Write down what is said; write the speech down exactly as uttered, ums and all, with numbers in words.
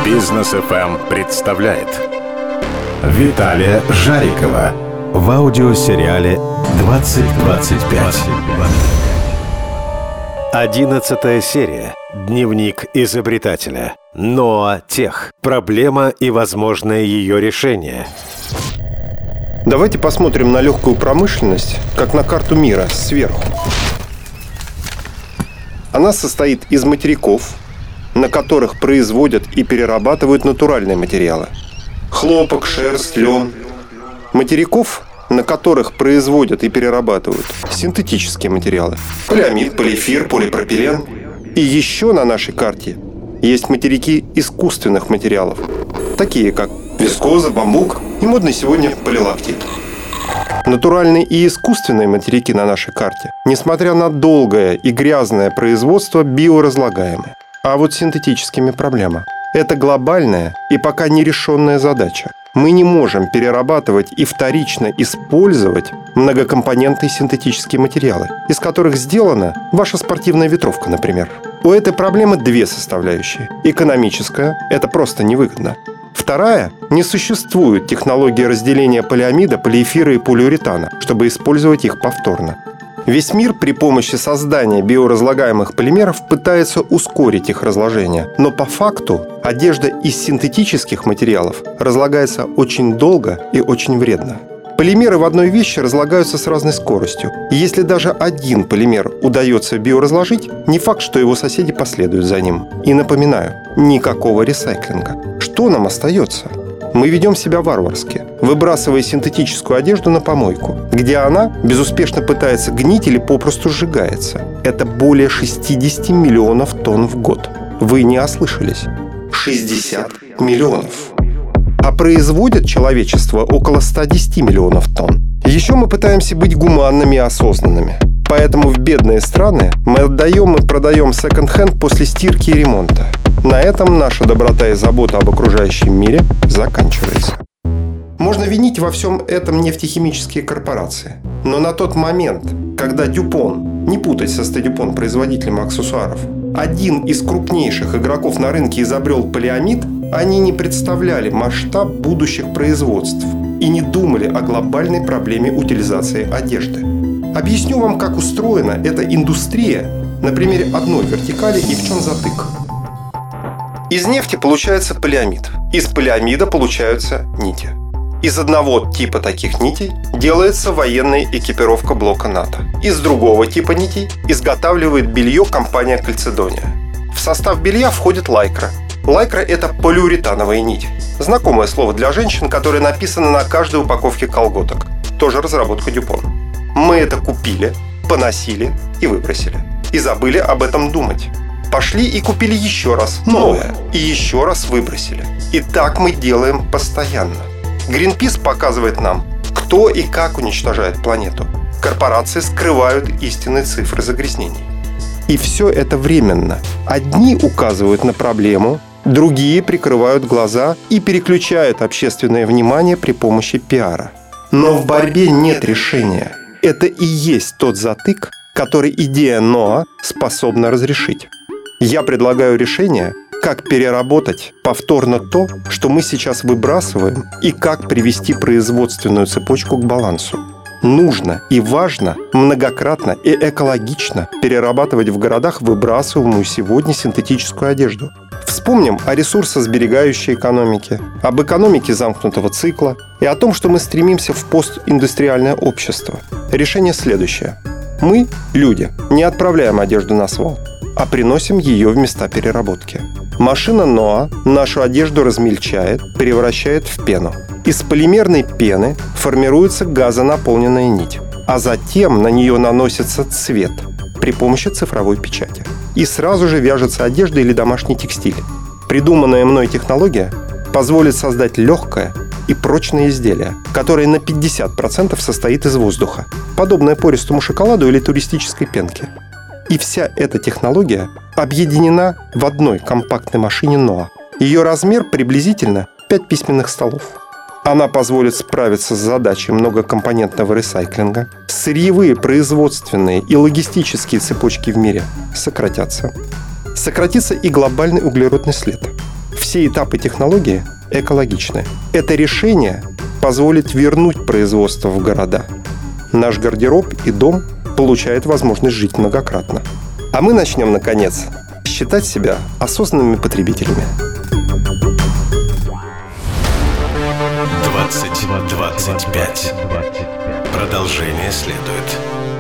Бизнес эф эм представляет Виталия Жарикова в аудиосериале двадцать двадцать пять. Одиннадцатая серия. Дневник изобретателя. Ноа Тех. Проблема и возможное ее решение. Давайте посмотрим на легкую промышленность, как на карту мира сверху. Она состоит из материков, на которых производят и перерабатывают натуральные материалы. Хлопок, шерсть, лен. Материков, на которых производят и перерабатывают синтетические материалы. Полиамид, полиэфир, полипропилен. И еще на нашей карте есть материки искусственных материалов, такие как вискоза, бамбук и модный сегодня полилактит. Натуральные и искусственные материки на нашей карте, несмотря на долгое и грязное производство, биоразлагаемые. А вот с синтетическими проблема. Это глобальная и пока нерешенная задача. Мы не можем перерабатывать и вторично использовать многокомпонентные синтетические материалы, из которых сделана ваша спортивная ветровка, например. У этой проблемы две составляющие. Экономическая – это просто невыгодно. Вторая – не существует технологии разделения полиамида, полиэфира и полиуретана, чтобы использовать их повторно. Весь мир при помощи создания биоразлагаемых полимеров пытается ускорить их разложение. Но по факту одежда из синтетических материалов разлагается очень долго и очень вредно. Полимеры в одной вещи разлагаются с разной скоростью. И если даже один полимер удается биоразложить, не факт, что его соседи последуют за ним. И напоминаю, никакого ресайклинга. Что нам остается? Мы ведем себя варварски, выбрасывая синтетическую одежду на помойку, где она безуспешно пытается гнить или попросту сжигается. Это более шестьдесят миллионов тонн в год. Вы не ослышались. шестьдесят миллионов. А производит человечество около сто десять миллионов тонн. Еще мы пытаемся быть гуманными и осознанными. Поэтому в бедные страны мы отдаем и продаем секонд-хенд после стирки и ремонта. На этом наша доброта и забота об окружающем мире заканчивается. Можно винить во всем этом нефтехимические корпорации. Но на тот момент, когда Дюпон, не путать со Стедюпон, производителем аксессуаров, один из крупнейших игроков на рынке изобрел полиамид, они не представляли масштаб будущих производств и не думали о глобальной проблеме утилизации одежды. Объясню вам, как устроена эта индустрия на примере одной вертикали и в чем затык. Из нефти получается полиамид. Из полиамида получаются нити. Из одного типа таких нитей делается военная экипировка блока НАТО. Из другого типа нитей изготавливает белье компания Кальцедония. В состав белья входит лайкра. Лайкра – это полиуретановая нить. Знакомое слово для женщин, которое написано на каждой упаковке колготок. Тоже разработка Дюпон. Мы это купили, поносили и выбросили. И забыли об этом думать. Пошли и купили еще раз новое. И еще раз выбросили. И так мы делаем постоянно. Greenpeace показывает нам, кто и как уничтожает планету. Корпорации скрывают истинные цифры загрязнений. И все это временно. Одни указывают на проблему, другие прикрывают глаза и переключают общественное внимание при помощи пиара. Но в борьбе нет решения. Это и есть тот затык, который идея Ноа способна разрешить. Я предлагаю решение, как переработать повторно то, что мы сейчас выбрасываем, и как привести производственную цепочку к балансу. Нужно и важно многократно и экологично перерабатывать в городах выбрасываемую сегодня синтетическую одежду. Вспомним о ресурсосберегающей экономике, об экономике замкнутого цикла и о том, что мы стремимся в постиндустриальное общество. Решение следующее. Мы, люди, не отправляем одежду на свал, а приносим ее в места переработки. Машина Ноа нашу одежду размельчает, превращает в пену. Из полимерной пены формируется газонаполненная нить, а затем на нее наносится цвет при помощи цифровой печати. И сразу же вяжется одежда или домашний текстиль. Придуманная мной технология позволит создать легкое и прочное изделие, которое на пятьдесят процентов состоит из воздуха, подобное пористому шоколаду или туристической пенке. И вся эта технология объединена в одной компактной машине Ноа. Ее размер приблизительно пять письменных столов. Она позволит справиться с задачей многокомпонентного ресайклинга. Сырьевые, производственные и логистические цепочки в мире сократятся. Сократится и глобальный углеродный след. Все этапы технологии экологичны. Это решение позволит вернуть производство в города. Наш гардероб и дом получают возможность жить многократно. А мы начнем, наконец, считать себя осознанными потребителями. двадцать двадцать пять. Продолжение следует.